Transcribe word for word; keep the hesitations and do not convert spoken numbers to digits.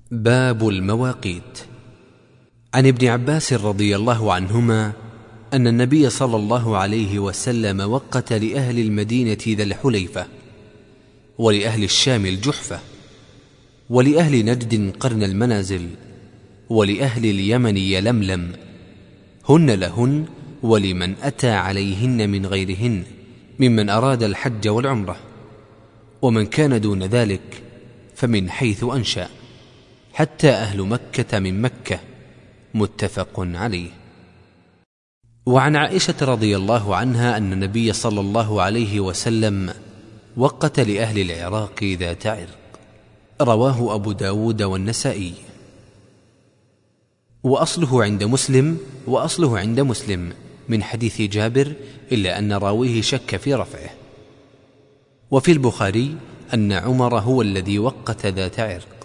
باب المواقيت. عن ابن عباس رضي الله عنهما أن النبي صلى الله عليه وسلم وقت لأهل المدينة ذا الحليفة، ولأهل الشام الجحفة، ولأهل نجد قرن المنازل، ولأهل اليمن يلملم، هن لهن ولمن أتى عليهن من غيرهن ممن أراد الحج والعمرة، ومن كان دون ذلك فمن حيث أنشأ، حتى أهل مكة من مكة. متفق عليه. وعن عائشة رضي الله عنها أن النبي صلى الله عليه وسلم وقت لأهل العراق ذات عرق. رواه أبو داود والنسائي. وأصله عند مسلم وأصله عند مسلم من حديث جابر، إلا أن راويه شك في رفعه. وفي البخاري أن عمر هو الذي وقت ذات عرق.